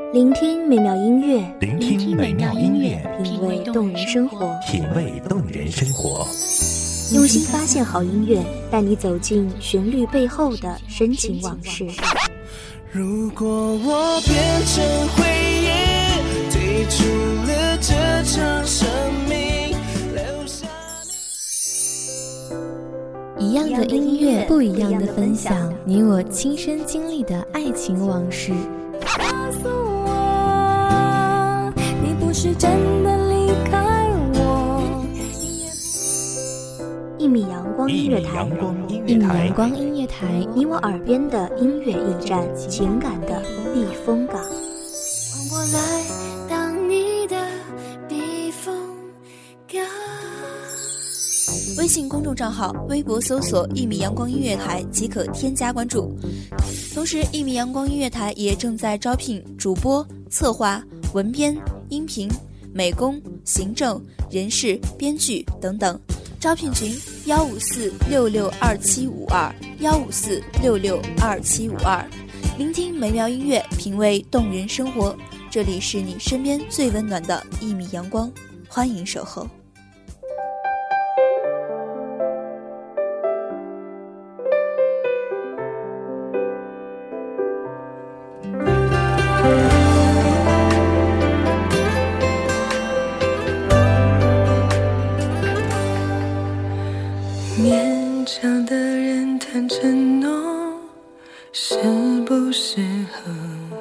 聆听美妙音乐， 聆听美妙音乐， 品味动人生活， 品味动人生活。 用心发现好音乐，带你走进旋律背后的深情往事。 如果我变成回忆，退出了这场生命，留下一样的音乐，不一样的分享，你我亲身经历的爱情往事。 告诉我，你不是真的离开我。 一米阳光音乐台， 一米阳光音乐台， 你我耳边的音乐驿站，情感的避风港。 让我来当你的避风港。 微信公众账号、微博搜索“一米阳光音乐台”即可添加关注。同时，一米阳光音乐台也正在招聘主播、策划、文编、音频、美工、行政、人事、编剧等等。招聘群154662752，154662752。聆听美妙音乐，品味动人生活。这里是你身边最温暖的一米阳光，欢迎守候。 勉强的人谈承诺，适不适合？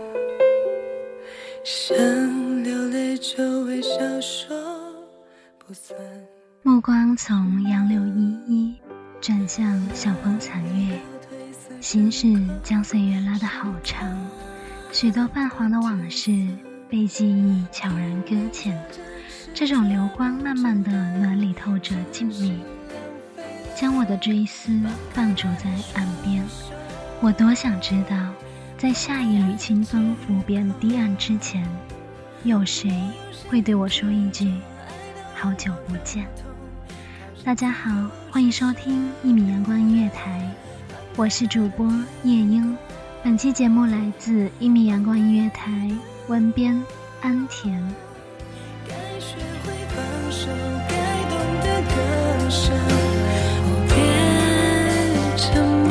想流泪就微笑说不算。 目光从杨柳依依转向晓风残月，心事将岁月拉得好长，许多泛黄的往事被记忆悄然搁浅，这种流光慢慢的暖里透着静谧，将我的追思放逐在岸边。我多想知道，在下一缕清风拂遍堤岸之前，有谁会对我说一句好久不见。大家好，欢迎收听一米阳光音乐台，我是主播叶英。本期节目来自一米阳光音乐台，文编安田。 该学会放手，该懂得割舍，我别沉默。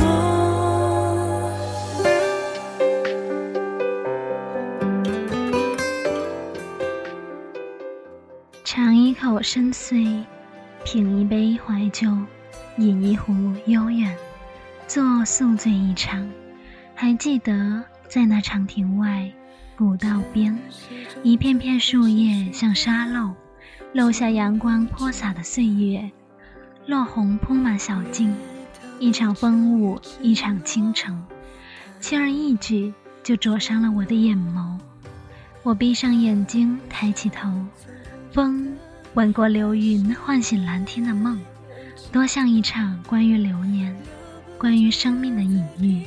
尝一口深邃，品一杯怀旧，饮一壶悠远，做宿醉一场。还记得在那长亭外古道边，一片片树叶像沙漏，漏下阳光泼洒的岁月，落红铺满小径，一场风舞，一场倾城，轻而易举就灼伤了我的眼眸。我闭上眼睛，抬起头，风吻过流云，唤醒蓝天的梦，多像一场关于流年，关于生命的隐喻。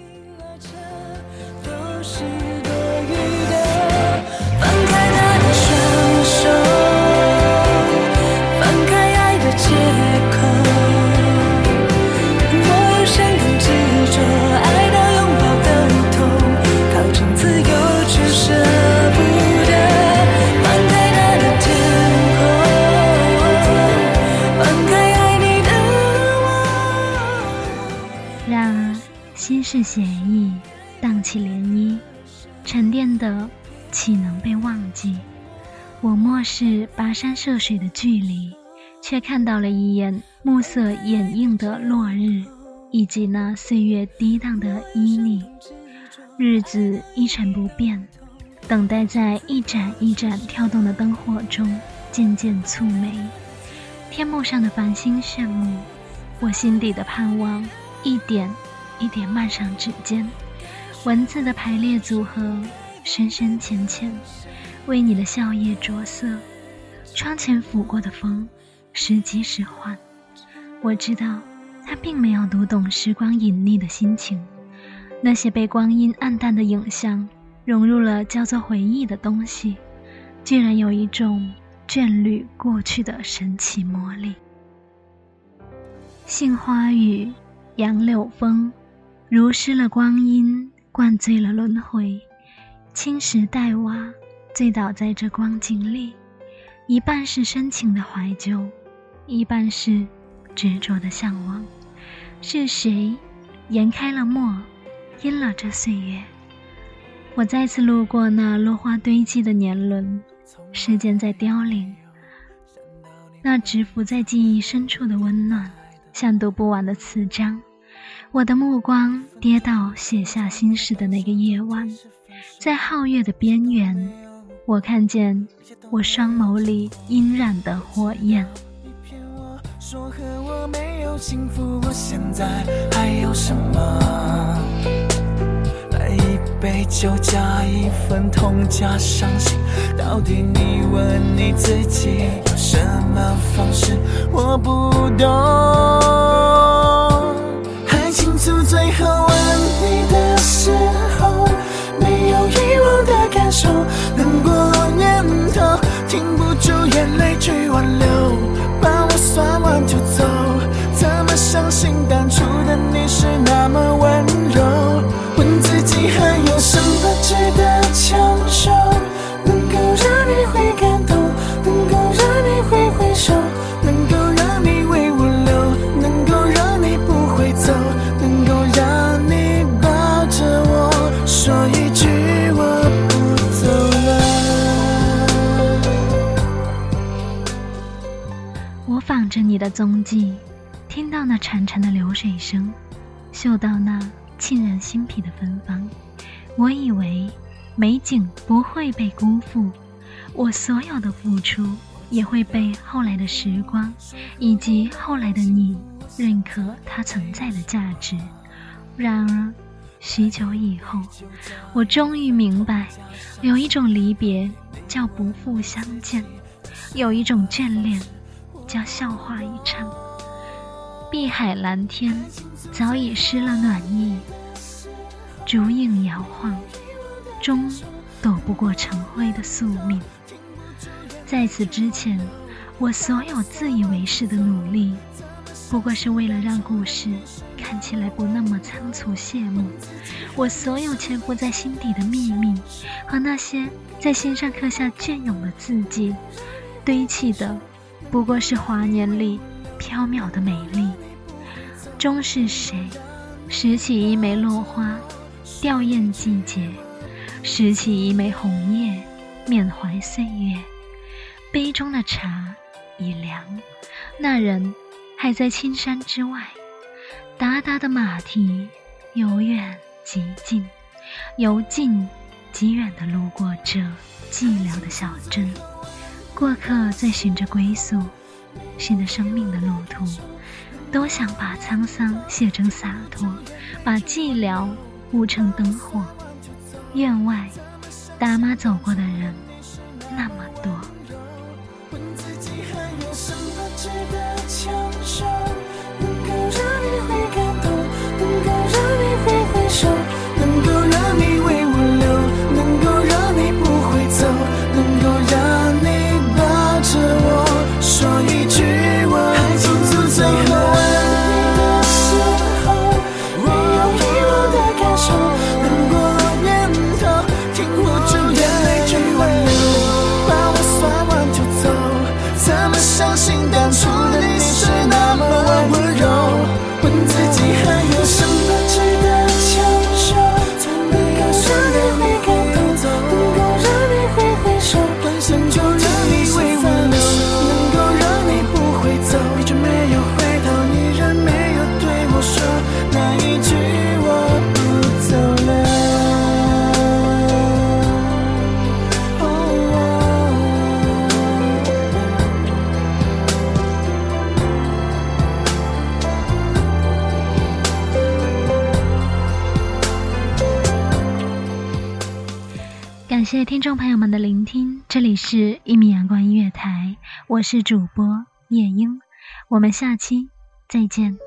都是多余的，放开他的双手，放开爱的借口。我又想更执着，爱到拥抱的痛，靠近自由却舍不得，放开他的天空，放开爱你的我。 让心事写意荡起涟漪，沉淀的岂能被忘记？我漠视跋山涉水的距离，却看到了一眼暮色掩映的落日，以及那岁月涤荡的旖旎。日子一成不变，等待在一盏一盏跳动的灯火中渐渐蹙眉。天幕上的繁星炫目，我心底的盼望一点一点漫上指尖。文字的排列组合深深浅浅，为你的笑靥着色。窗前拂过的风时急时缓，我知道他并没有读懂时光隐匿的心情。那些被光阴暗淡的影像融入了叫做回忆的东西，居然有一种眷侣过去的神奇魔力。杏花雨，杨柳风，如诗了光阴，灌醉了轮回。 青石黛瓦醉倒在这光景里，一半是深情的怀旧，一半是执着的向往。是谁研开了墨，阴了这岁月？我再次路过那落花堆积的年轮，时间在凋零，那蛰伏在记忆深处的温暖，像读不完的词章。我的目光跌到写下心事的那个夜晚，在皓月的边缘，我看见我双眸里阴染的火焰。 说和我没有幸福，我现在还有什么？来一杯酒加一份痛加伤心，到底你问你自己有什么方式？我不懂。还清楚最后吻你的时候，没有遗忘的感受，难过念头停不住眼泪去挽留，把我算完就走，怎么相信当初的你是那么温柔？问自己还有什么值得强求，能够让你会感动，能够让你会回首，能够让你为我留，能够让你不会走，能够让你抱着我说一句我不走了。 我仿着你的踪迹，听到那潺潺的流水声，嗅到那沁人心脾的芬芳。我以为美景不会被辜负，我所有的付出也会被后来的时光以及后来的你认可它存在的价值。然而许久以后，我终于明白，有一种离别叫不复相见，有一种眷恋叫笑话一场。碧海蓝天早已失了暖意，烛影摇晃，终躲不过晨辉的宿命。在此之前，我所有自以为是的努力，不过是为了让故事看起来不那么仓促谢幕。我所有潜伏在心底的秘密，和那些在心上刻下隽永的字迹，堆砌的不过是华年里飘渺的美丽。终是谁拾起一枚落花，吊唁季节，拾起一枚红叶，缅怀岁月。杯中的茶已凉，那人还在青山之外。达达的马蹄由远及近，由近及远地路过这寂寥的小镇。过客在寻着归宿，寻着生命的路途，都想把沧桑写成洒脱，把寂寥悟成灯火。院外大妈走过的人那么多， 问自己还有什么值得强求，能够让你会感动，能够让你会回首，能够让你为我留，能够让你不会走，能够让你抱着我说一句我还清楚最后吻你的时候，没有遗忘的感受，难过念头停不住眼泪去挽留，把我算完就走，怎么相信当初的你是那么温柔？问自己还有什么值得强求，能够让你会感动，能够让你会回首，能够让你为我留，能够让你不会走，你却没有回头，你仍没有对我说那一句我不走了。 感谢听众朋友们的聆听，这里是一米阳光音乐台，我是主播夜莺，我们下期再见。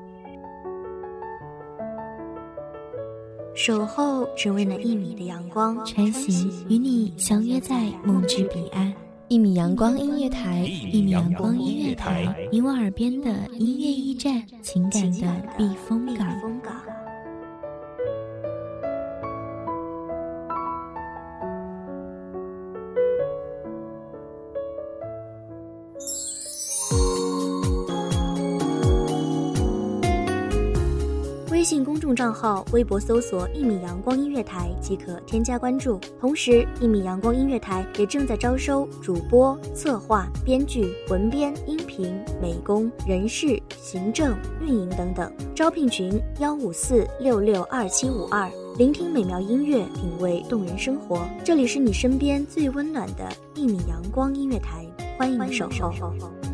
守候只为那1米的阳光， 穿行与你相约在梦之彼岸。1米阳光音乐台，1米阳光音乐台，你我耳边的音乐驿站，情感的避风港。 微信公众账号、微博搜索“1米阳光音乐台”即可添加关注。同时，1米阳光音乐台也正在招收主播、策划、编剧、文编、音频、美工、人事、行政、运营等等。招聘群154662752。聆听美妙音乐，品味动人生活。这里是你身边最温暖的1米阳光音乐台，欢迎守候。